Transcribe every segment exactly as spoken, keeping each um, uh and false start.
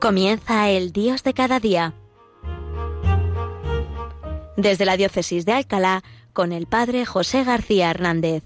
Comienza el Dios de cada día. Desde la Diócesis de Alcalá, con el Padre José García Hernández.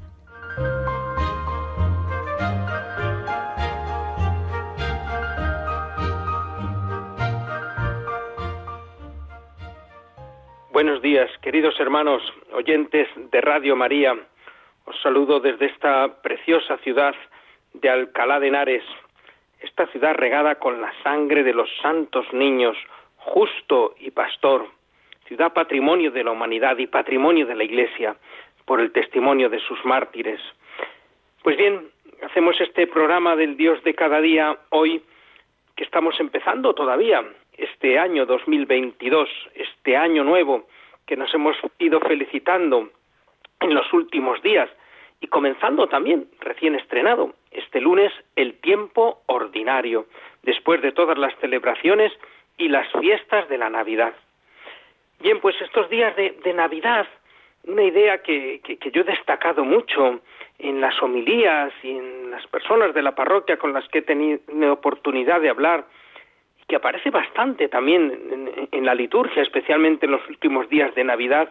Buenos días, queridos hermanos, oyentes de Radio María. Os saludo desde esta preciosa ciudad de Alcalá de Henares, esta ciudad regada con la sangre de los santos niños, justo y pastor, ciudad patrimonio de la humanidad y patrimonio de la Iglesia, por el testimonio de sus mártires. Pues bien, hacemos este programa del Dios de cada día hoy, que estamos empezando todavía, este año dos mil veintidós, este año nuevo, que nos hemos ido felicitando en los últimos días, y comenzando también, recién estrenado, este lunes, el tiempo ordinario, después de todas las celebraciones y las fiestas de la Navidad. Bien, pues estos días de, de Navidad, una idea que, que, que yo he destacado mucho en las homilías y en las personas de la parroquia con las que he tenido oportunidad de hablar, y que aparece bastante también en, en la liturgia, especialmente en los últimos días de Navidad,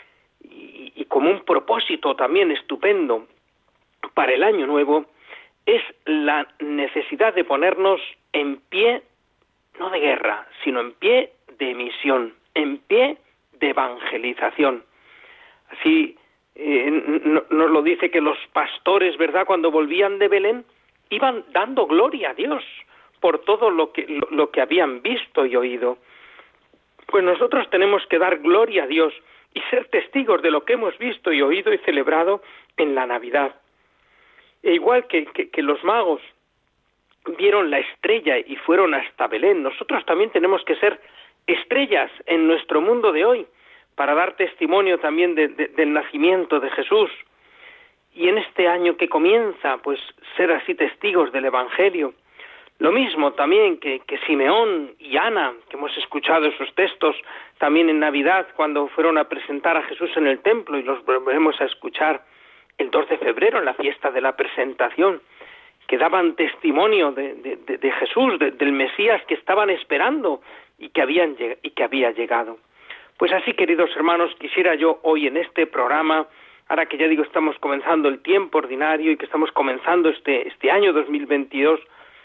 y, y como un propósito también estupendo para el año nuevo, es la necesidad de ponernos en pie, no de guerra, sino en pie de misión, en pie de evangelización. Así eh, no, nos lo dice que los pastores, ¿verdad?, cuando volvían de Belén, iban dando gloria a Dios por todo lo que, lo, lo que habían visto y oído. Pues nosotros tenemos que dar gloria a Dios y ser testigos de lo que hemos visto y oído y celebrado en la Navidad. E igual que, que, que los magos vieron la estrella y fueron hasta Belén, nosotros también tenemos que ser estrellas en nuestro mundo de hoy, para dar testimonio también de, de, del nacimiento de Jesús. Y en este año que comienza, pues ser así testigos del Evangelio. Lo mismo también que, que Simeón y Ana, que hemos escuchado esos textos también en Navidad, cuando fueron a presentar a Jesús en el templo, y los volvemos a escuchar el dos de febrero, en la fiesta de la presentación, que daban testimonio de, de, de, de Jesús, de, del Mesías que estaban esperando y que, habían, y que había llegado. Pues así, queridos hermanos, quisiera yo hoy en este programa, ahora que ya digo estamos comenzando el tiempo ordinario y que estamos comenzando este, este año dos mil veintidós,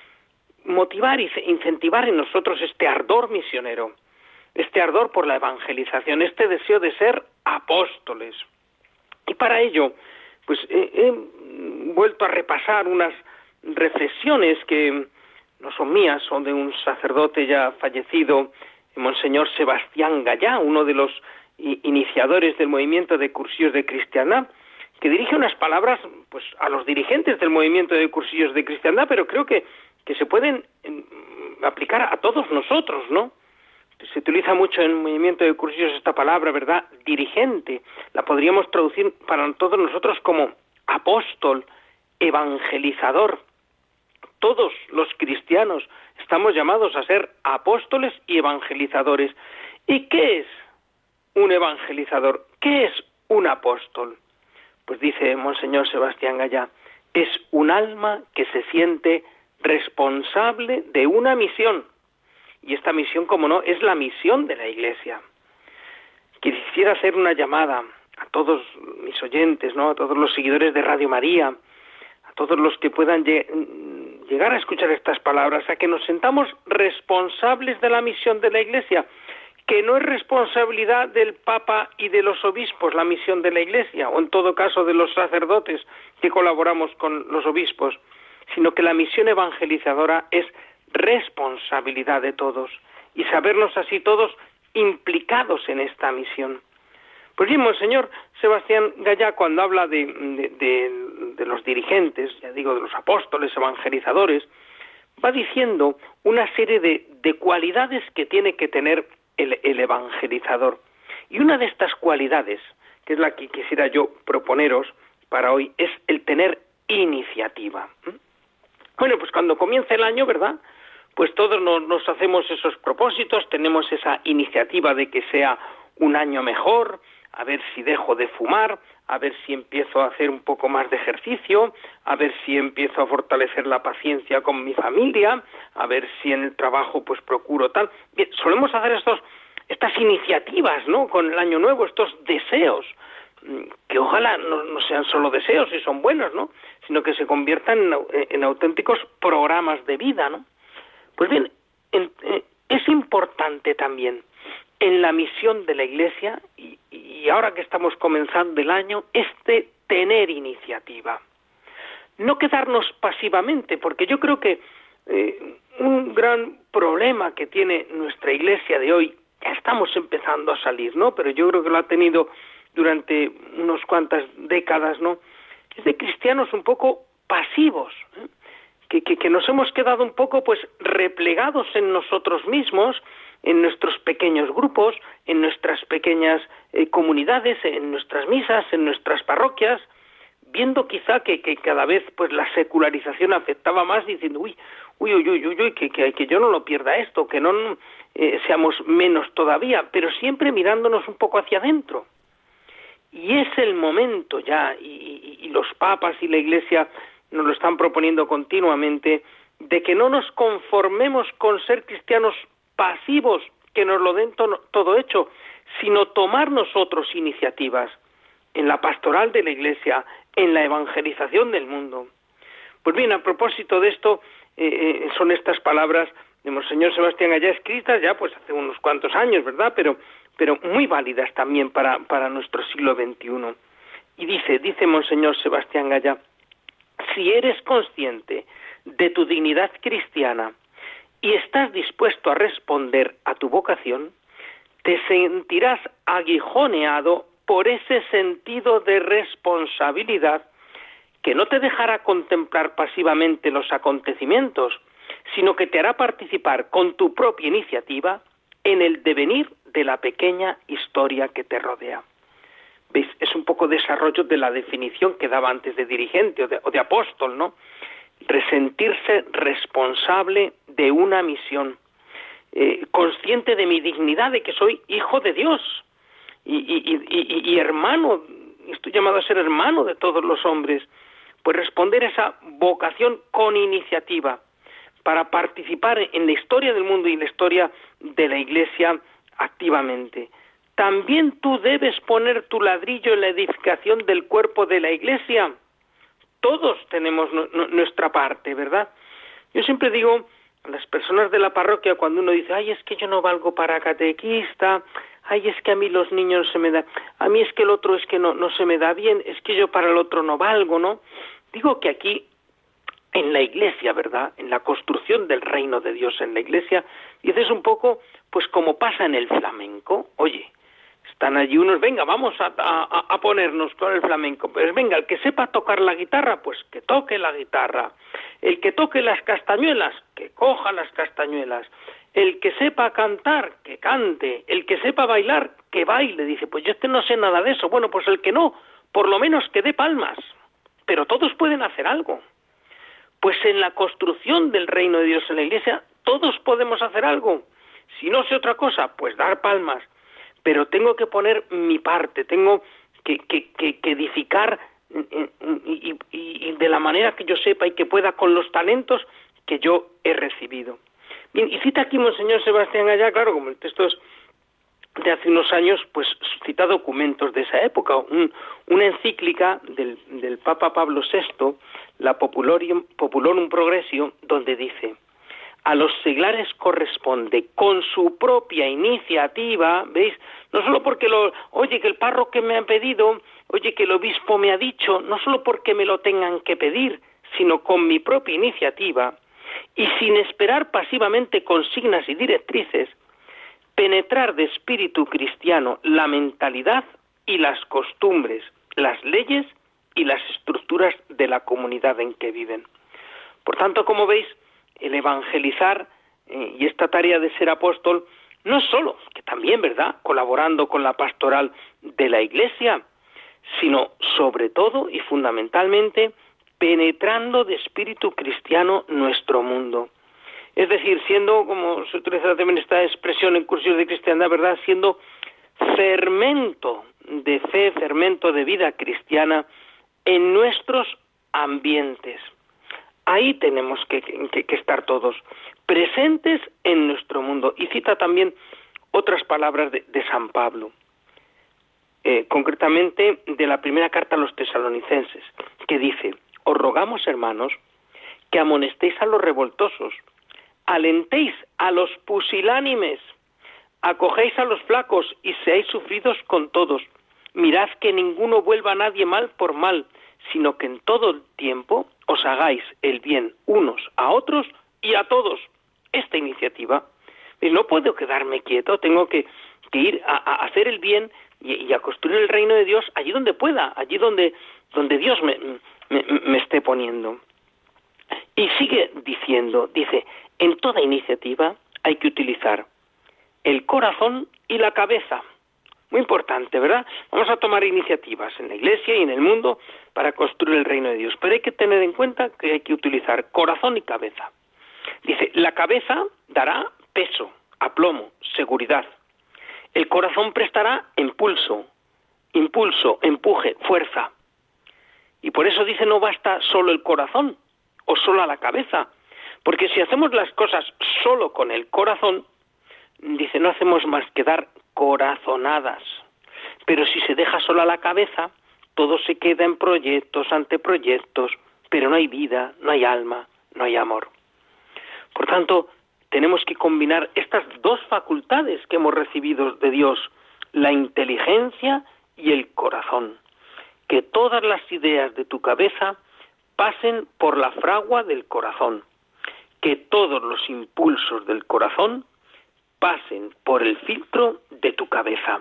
motivar y incentivar en nosotros este ardor misionero, este ardor por la evangelización, este deseo de ser apóstoles. Y para ello, pues he, he vuelto a repasar unas reflexiones que no son mías, son de un sacerdote ya fallecido, Monseñor Sebastián Gallá, uno de los iniciadores del movimiento de cursillos de cristiandad, que dirige unas palabras pues a los dirigentes del movimiento de cursillos de cristiandad, pero creo que, que se pueden aplicar a todos nosotros, ¿no? Se utiliza mucho en el movimiento de cursillos esta palabra, ¿verdad?, dirigente. La podríamos traducir para todos nosotros como apóstol, evangelizador. Todos los cristianos estamos llamados a ser apóstoles y evangelizadores. ¿Y qué es un evangelizador? ¿Qué es un apóstol? Pues dice Monseñor Sebastián Gallá, es un alma que se siente responsable de una misión. Y esta misión, como no, es la misión de la Iglesia. Quisiera hacer una llamada a todos mis oyentes, ¿no?, a todos los seguidores de Radio María, a todos los que puedan llegar a escuchar estas palabras, a que nos sentamos responsables de la misión de la Iglesia, que no es responsabilidad del Papa y de los obispos la misión de la Iglesia, o en todo caso de los sacerdotes que colaboramos con los obispos, sino que la misión evangelizadora es responsabilidad de todos, y sabernos así todos implicados en esta misión. Pues bien, Monseñor Sebastián Gallá, cuando habla de, de, de, de los dirigentes, ya digo, de los apóstoles evangelizadores, va diciendo una serie de, de cualidades que tiene que tener el, el evangelizador. Y una de estas cualidades, que es la que quisiera yo proponeros para hoy, es el tener iniciativa. Bueno, pues cuando comienza el año, ¿verdad?, pues todos nos, nos hacemos esos propósitos, tenemos esa iniciativa de que sea un año mejor, a ver si dejo de fumar, a ver si empiezo a hacer un poco más de ejercicio, a ver si empiezo a fortalecer la paciencia con mi familia, a ver si en el trabajo pues procuro tal. Bien, solemos hacer estos, estas iniciativas, ¿no?, con el año nuevo, estos deseos, que ojalá no, no sean solo deseos y son buenos, ¿no?, sino que se conviertan en, en auténticos programas de vida, ¿no? Pues bien, en, en, es importante también en la misión de la Iglesia, y, y ahora que estamos comenzando el año, este tener iniciativa. No quedarnos pasivamente, porque yo creo que eh, un gran problema que tiene nuestra Iglesia de hoy, ya estamos empezando a salir, ¿no?, pero yo creo que lo ha tenido durante unas cuantas décadas, ¿no?, es de cristianos un poco pasivos, ¿eh? que, que, que nos hemos quedado un poco pues replegados en nosotros mismos, en nuestros pequeños grupos, en nuestras pequeñas eh, comunidades, en nuestras misas, en nuestras parroquias, viendo quizá que, que cada vez pues la secularización afectaba más, diciendo, uy, uy, uy, uy, uy, uy que, que, que yo no lo pierda esto, que no eh, seamos menos todavía, pero siempre mirándonos un poco hacia adentro. Y es el momento ya, y, y, y los papas y la Iglesia nos lo están proponiendo continuamente, de que no nos conformemos con ser cristianos pasivos, que nos lo den to- todo hecho, sino tomar nosotros iniciativas en la pastoral de la Iglesia, en la evangelización del mundo. Pues bien, a propósito de esto, eh, son estas palabras de Monseñor Sebastián Gallá, escritas ya pues hace unos cuantos años, ¿verdad?, pero pero muy válidas también para, para nuestro siglo veintiuno. Y dice, dice Monseñor Sebastián Gallá, si eres consciente de tu dignidad cristiana y estás dispuesto a responder a tu vocación, te sentirás aguijoneado por ese sentido de responsabilidad que no te dejará contemplar pasivamente los acontecimientos, sino que te hará participar con tu propia iniciativa en el devenir de la pequeña historia que te rodea. ¿Veis? Es un poco desarrollo de la definición que daba antes de dirigente o de, o de apóstol, ¿no? Resentirse responsable de una misión, eh, consciente de mi dignidad, de que soy hijo de Dios y, y, y, y hermano, estoy llamado a ser hermano de todos los hombres, pues responder a esa vocación con iniciativa, para participar en la historia del mundo y en la historia de la Iglesia activamente. También tú debes poner tu ladrillo en la edificación del cuerpo de la Iglesia. Todos tenemos no, no, nuestra parte, ¿verdad? Yo siempre digo a las personas de la parroquia, cuando uno dice, ay, es que yo no valgo para catequista, ay, es que a mí los niños se me da, a mí es que el otro es que no, no se me da bien, es que yo para el otro no valgo, ¿no? Digo que aquí, en la Iglesia, ¿verdad?, en la construcción del reino de Dios en la Iglesia, dices un poco, pues como pasa en el flamenco. Oye, están allí unos, venga, vamos a, a, a ponernos con el flamenco, pues venga, el que sepa tocar la guitarra, pues que toque la guitarra, el que toque las castañuelas, que coja las castañuelas, el que sepa cantar, que cante, el que sepa bailar, que baile. Dice, pues yo este no sé nada de eso. Bueno, pues el que no, por lo menos que dé palmas, pero todos pueden hacer algo. Pues en la construcción del reino de Dios en la Iglesia, todos podemos hacer algo. Si no sé otra cosa, pues dar palmas. Pero tengo que poner mi parte, tengo que, que, que, que edificar y, y, y de la manera que yo sepa y que pueda con los talentos que yo he recibido. Bien, y cita aquí Monseñor Sebastián Gallá, claro, como el texto es de hace unos años, pues cita documentos de esa época, un, una encíclica del, del Papa Pablo sexto, la Populorium, Populorum Progressio, donde dice, a los seglares corresponde con su propia iniciativa, ¿veis? No solo porque lo, oye, que el párroco me ha pedido, oye, que el obispo me ha dicho, no solo porque me lo tengan que pedir, sino con mi propia iniciativa, y sin esperar pasivamente consignas y directrices, penetrar de espíritu cristiano la mentalidad y las costumbres, las leyes y las estructuras de la comunidad en que viven. Por tanto, como veis, el evangelizar eh, y esta tarea de ser apóstol no es solo, que también, ¿verdad?, colaborando con la pastoral de la Iglesia, sino sobre todo y fundamentalmente penetrando de espíritu cristiano nuestro mundo. Es decir, siendo, como se utiliza también esta expresión en cursos de cristiandad, ¿verdad?, siendo fermento de fe, fermento de vida cristiana en nuestros ambientes. Ahí tenemos que, que, que estar todos, presentes en nuestro mundo. Y cita también otras palabras de, de San Pablo, eh, concretamente de la primera carta a los tesalonicenses, que dice: os rogamos, hermanos, que amonestéis a los revoltosos, alentéis a los pusilánimes, acogéis a los flacos y seáis sufridos con todos. Mirad que ninguno vuelva a nadie mal por mal, sino que en todo el tiempo os hagáis el bien unos a otros y a todos. Esta iniciativa, no puedo quedarme quieto, tengo que, que ir a, a hacer el bien y, y a construir el reino de Dios allí donde pueda, allí donde, donde Dios me, me, me esté poniendo. Y sigue diciendo, dice, en toda iniciativa hay que utilizar el corazón y la cabeza. Muy importante, ¿verdad? Vamos a tomar iniciativas en la Iglesia y en el mundo para construir el reino de Dios, pero hay que tener en cuenta que hay que utilizar corazón y cabeza. Dice, la cabeza dará peso, aplomo, seguridad. El corazón prestará impulso, impulso, empuje, fuerza. Y por eso dice, no basta solo el corazón o solo la cabeza, porque si hacemos las cosas solo con el corazón, dice, no hacemos más que dar corazonadas. Pero si se deja sola la cabeza, todo se queda en proyectos, anteproyectos, pero no hay vida, no hay alma, no hay amor. Por tanto, tenemos que combinar estas dos facultades que hemos recibido de Dios, la inteligencia y el corazón. Que todas las ideas de tu cabeza pasen por la fragua del corazón. Que todos los impulsos del corazón pasen por el filtro de tu cabeza.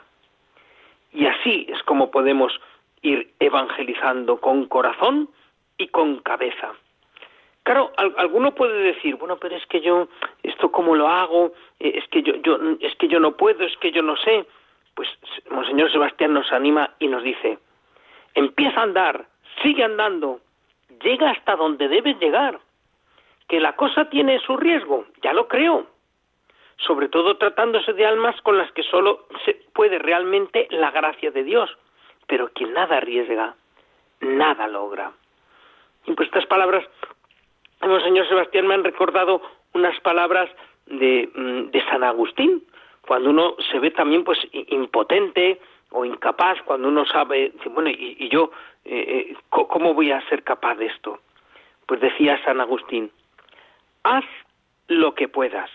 Y así es como podemos ir evangelizando con corazón y con cabeza. Claro, alguno puede decir, bueno, pero es que yo, ¿esto cómo lo hago? Es que yo, yo, es que yo no puedo, es que yo no sé. Pues Monseñor Sebastián nos anima y nos dice, empieza a andar, sigue andando, llega hasta donde debes llegar. Que la cosa tiene su riesgo, ya lo creo. Sobre todo tratándose de almas con las que solo se puede realmente la gracia de Dios. Pero quien nada arriesga, nada logra. Y pues estas palabras, Monseñor Sebastián, me han recordado unas palabras de, de San Agustín, cuando uno se ve también pues impotente o incapaz, cuando uno sabe, bueno, y, y yo, eh, ¿cómo voy a ser capaz de esto? Pues decía San Agustín, haz lo que puedas,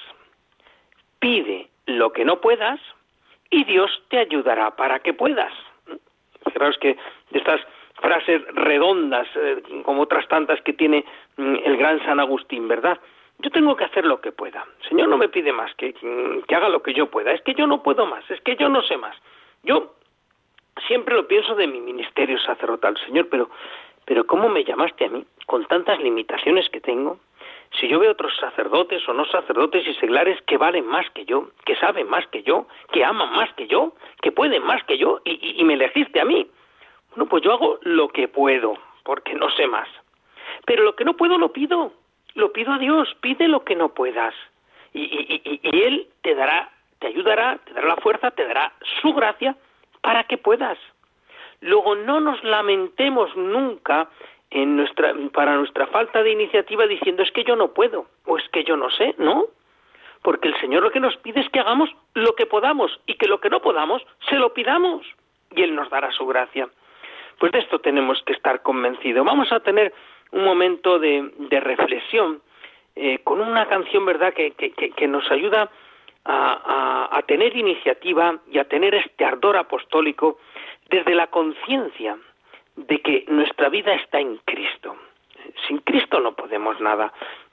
pide lo que no puedas y Dios te ayudará para que puedas. Fijaros que de estas frases redondas, eh, como otras tantas que tiene mm, el gran San Agustín, ¿verdad? Yo tengo que hacer lo que pueda. El Señor no me pide más que, que haga lo que yo pueda. Es que yo no puedo más, es que yo no sé más. Yo siempre lo pienso de mi ministerio sacerdotal, Señor, pero, pero ¿cómo me llamaste a mí con tantas limitaciones que tengo? Si yo veo otros sacerdotes o no sacerdotes y seglares que valen más que yo, que saben más que yo, que aman más que yo, que pueden más que yo, y, y, y me elegiste a mí. Bueno, pues yo hago lo que puedo, porque no sé más. Pero lo que no puedo lo pido, lo pido a Dios, pide lo que no puedas. Y, y, y, y Él te dará, te ayudará, te dará la fuerza, te dará su gracia para que puedas. Luego no nos lamentemos nunca en nuestra, para nuestra falta de iniciativa diciendo es que yo no puedo o es que yo no sé, ¿no? Porque el Señor lo que nos pide es que hagamos lo que podamos y que lo que no podamos se lo pidamos y Él nos dará su gracia. Pues de esto tenemos que estar convencidos. Vamos a tener un momento de, de reflexión eh, con una canción, ¿verdad?, que, que, que nos ayuda a, a, a tener iniciativa y a tener este ardor apostólico desde la conciencia de que nuestra vida está en Cristo. Sin Cristo no podemos nada.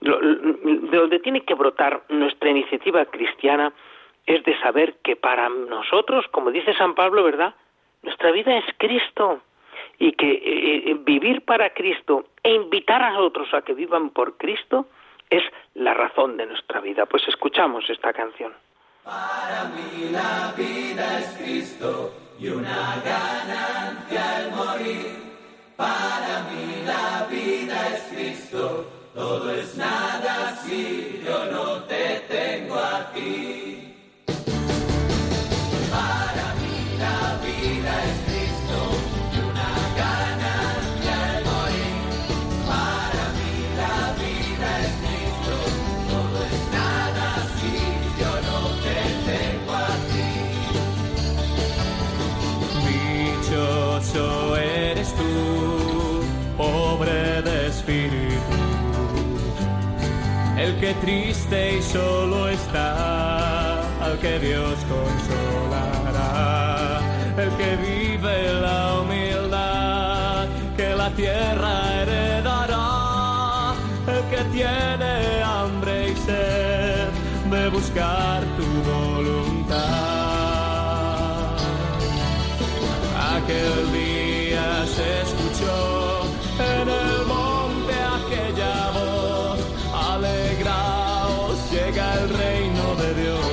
De donde tiene que brotar nuestra iniciativa cristiana es de saber que para nosotros, como dice San Pablo, ¿verdad?, nuestra vida es Cristo. Y que eh, vivir para Cristo e invitar a otros a que vivan por Cristo es la razón de nuestra vida. Pues escuchamos esta canción. Para mí la vida es Cristo y una ganancia el morir. Para mí la vida es Cristo, todo es nada si yo no te tengo a ti. Para mí la vida es Cristo. espíritu, el que triste y solo está, al que Dios consolará, el que vive la humildad, que la tierra heredará, el que tiene hambre y sed de buscar tu voluntad. Aquel día se escuchó en el monte aquella voz: alegraos, llega el reino de Dios.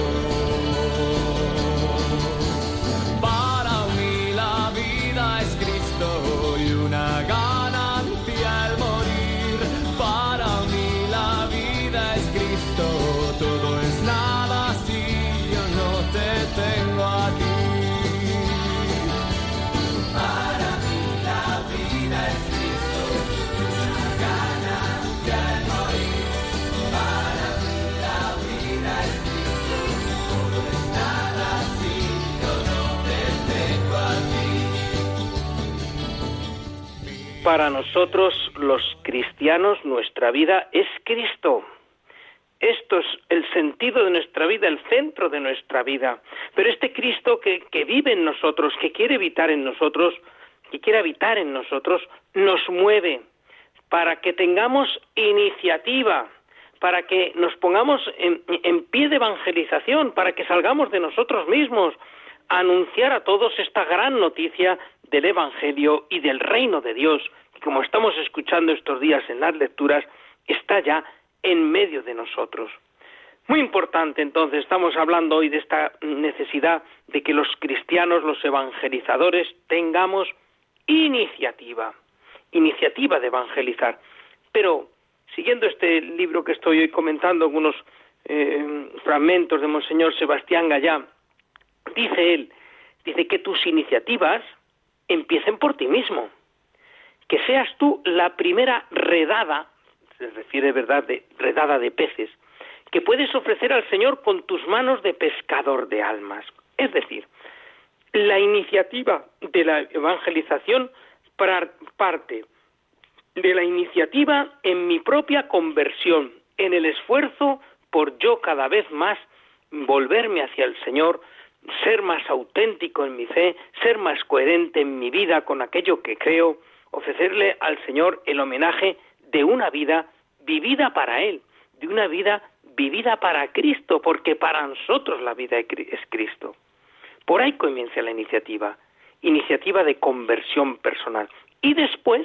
Para mí la vida es Cristo y una ganancia el morir. Para mí la vida es Cristo, todo es nada si yo no te tengo a ti. Para mí la vida es Cristo, una ganancia el morir. Para mí la vida es Cristo, todo es nada si yo no te tengo a ti. Para nosotros, los cristianos, nuestra vida es Cristo. Esto es el sentido de nuestra vida, el centro de nuestra vida. Pero este Cristo que, que vive en nosotros, que quiere habitar en nosotros, que quiere habitar en nosotros, nos mueve para que tengamos iniciativa, para que nos pongamos en, en pie de evangelización, para que salgamos de nosotros mismos a anunciar a todos esta gran noticia del Evangelio y del reino de Dios, que como estamos escuchando estos días en las lecturas, está ya en medio de nosotros. Muy importante, entonces, estamos hablando hoy de esta necesidad de que los cristianos, los evangelizadores, tengamos iniciativa, iniciativa de evangelizar. Pero, siguiendo este libro que estoy hoy comentando, algunos eh, fragmentos de Monseñor Sebastián Gallá, dice él, dice que tus iniciativas empiecen por ti mismo, que seas tú la primera redada, se refiere, ¿verdad?, de redada de peces, que puedes ofrecer al Señor con tus manos de pescador de almas. Es decir, la iniciativa de la evangelización parte de la iniciativa en mi propia conversión, en el esfuerzo por yo cada vez más volverme hacia el Señor, ser más auténtico en mi fe, ser más coherente en mi vida con aquello que creo, ofrecerle al Señor el homenaje de una vida vivida para Él, de una vida vivida para Cristo, porque para nosotros la vida es Cristo. Por ahí comienza la iniciativa, iniciativa de conversión personal. Y después,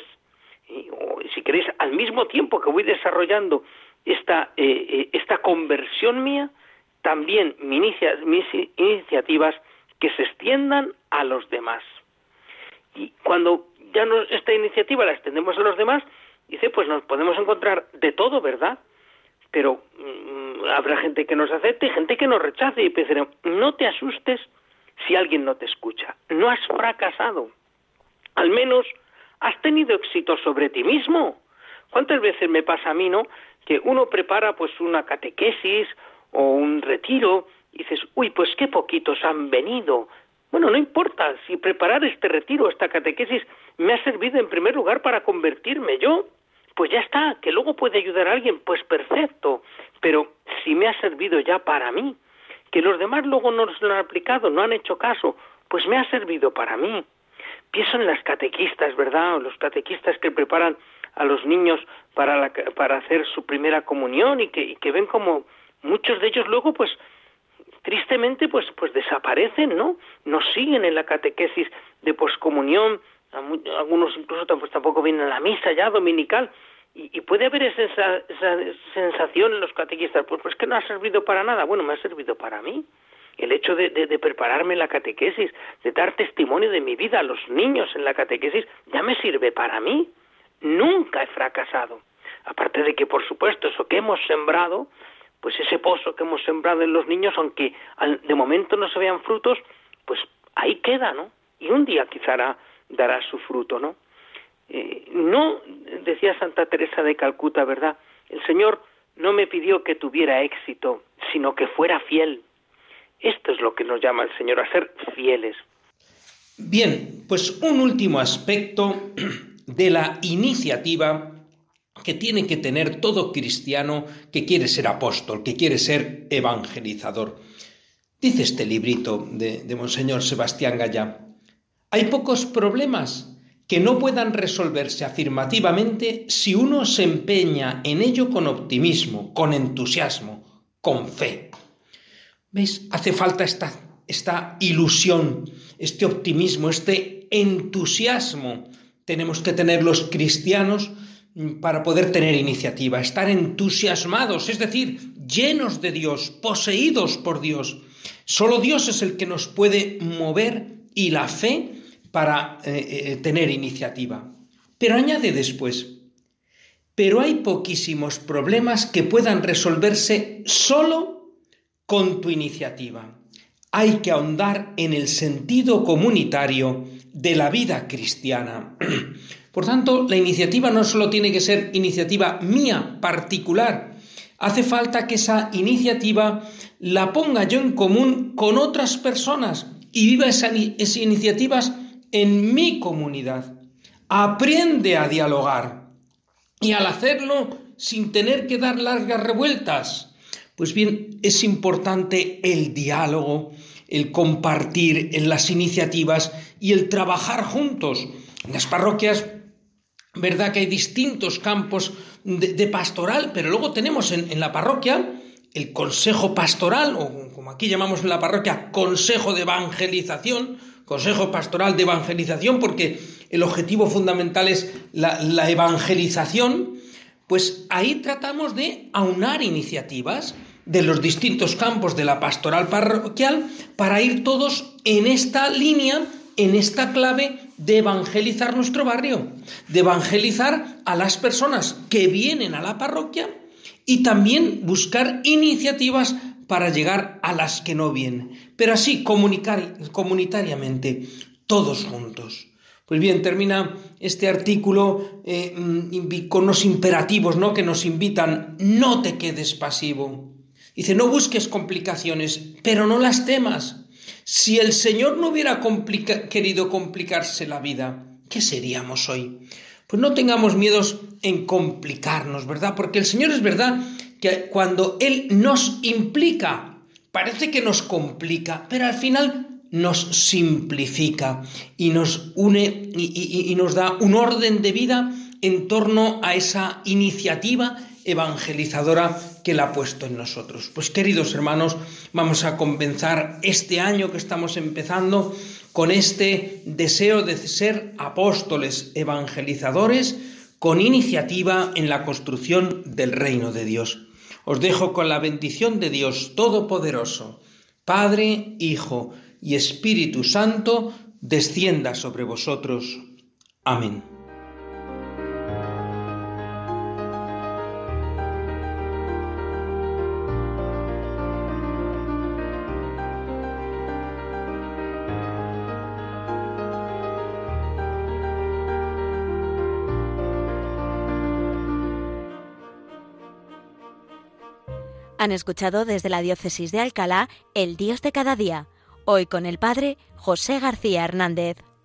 o si queréis, al mismo tiempo que voy desarrollando esta, eh, esta conversión mía, también mi inicia, mis iniciativas que se extiendan a los demás. Y cuando ya no, esta iniciativa la extendemos a los demás, dice, pues nos podemos encontrar de todo, ¿verdad? Pero mmm, habrá gente que nos acepte, gente que nos rechace, y pensaremos, no te asustes si alguien no te escucha. No has fracasado. Al menos has tenido éxito sobre ti mismo. ¿Cuántas veces me pasa a mí, no? Que uno prepara pues una catequesis o un retiro y dices, uy, pues qué poquitos han venido. Bueno, no importa, si preparar este retiro, esta catequesis, me ha servido en primer lugar para convertirme yo, pues ya está, que luego puede ayudar a alguien, pues perfecto, pero si me ha servido ya para mí, que los demás luego no lo han aplicado, no han hecho caso, pues me ha servido para mí. Pienso en las catequistas, ¿verdad? Los catequistas que preparan a los niños para, la, para hacer su primera comunión y que, y que ven como muchos de ellos luego, pues, tristemente, pues, pues desaparecen, ¿no? No siguen en la catequesis de poscomunión, algunos incluso pues, tampoco vienen a la misa ya dominical, y, y puede haber esa, esa sensación en los catequistas, pues, pues que no ha servido para nada. Bueno, me ha servido para mí. El hecho de, de, de prepararme en la catequesis, de dar testimonio de mi vida a los niños en la catequesis, ya me sirve para mí. Nunca he fracasado. Aparte de que, por supuesto, eso que hemos sembrado, pues ese pozo que hemos sembrado en los niños, aunque al, de momento no se vean frutos, pues ahí queda, ¿no? Y un día quizá dará, dará su fruto, ¿no? Eh, no, decía Santa Teresa de Calcuta, ¿verdad? El Señor no me pidió que tuviera éxito, sino que fuera fiel. Esto es lo que nos llama el Señor, a ser fieles. Bien, pues un último aspecto de la iniciativa que tiene que tener todo cristiano que quiere ser apóstol, que quiere ser evangelizador. Dice este librito de, de Monseñor Sebastián Gallá: hay pocos problemas que no puedan resolverse afirmativamente si uno se empeña en ello con optimismo, con entusiasmo, con fe. ¿Veis? Hace falta esta, esta ilusión, este optimismo, este entusiasmo. Tenemos que tener los cristianos para poder tener iniciativa, estar entusiasmados, es decir, llenos de Dios, poseídos por Dios. Solo Dios es el que nos puede mover y la fe para eh, eh, tener iniciativa. Pero añade después: pero hay poquísimos problemas que puedan resolverse solo con tu iniciativa. Hay que ahondar en el sentido comunitario de la vida cristiana. Por tanto, la iniciativa no solo tiene que ser iniciativa mía, particular. Hace falta que esa iniciativa la ponga yo en común con otras personas y viva esa, esas iniciativas en mi comunidad. Aprende a dialogar y al hacerlo sin tener que dar largas revueltas. Pues bien, es importante el diálogo, el compartir en las iniciativas y el trabajar juntos. En las parroquias, verdad que hay distintos campos de, de pastoral, pero luego tenemos en, en la parroquia el consejo pastoral, o como aquí llamamos en la parroquia, consejo de evangelización, consejo pastoral de evangelización, porque el objetivo fundamental es la, la evangelización. Pues ahí tratamos de aunar iniciativas de los distintos campos de la pastoral parroquial para ir todos en esta línea, en esta clave de evangelizar nuestro barrio, de evangelizar a las personas que vienen a la parroquia y también buscar iniciativas para llegar a las que no vienen, pero así comunicar, comunitariamente, todos juntos. Pues bien, termina este artículo eh, con los imperativos, ¿no?, que nos invitan: no te quedes pasivo. Dice: no busques complicaciones, pero no las temas. Si el Señor no hubiera complica- querido complicarse la vida, ¿qué seríamos hoy? Pues no tengamos miedos en complicarnos, ¿verdad? Porque el Señor, es verdad que cuando Él nos implica, parece que nos complica, pero al final nos simplifica y nos une y, y, y nos da un orden de vida en torno a esa iniciativa evangelizadora que Él ha puesto en nosotros. Pues, queridos hermanos, vamos a comenzar este año que estamos empezando con este deseo de ser apóstoles evangelizadores con iniciativa en la construcción del reino de Dios. Os dejo con la bendición de Dios Todopoderoso, Padre, Hijo y Espíritu Santo, descienda sobre vosotros. Amén. Han escuchado desde la Diócesis de Alcalá El Dios de cada día, hoy con el Padre José García Hernández.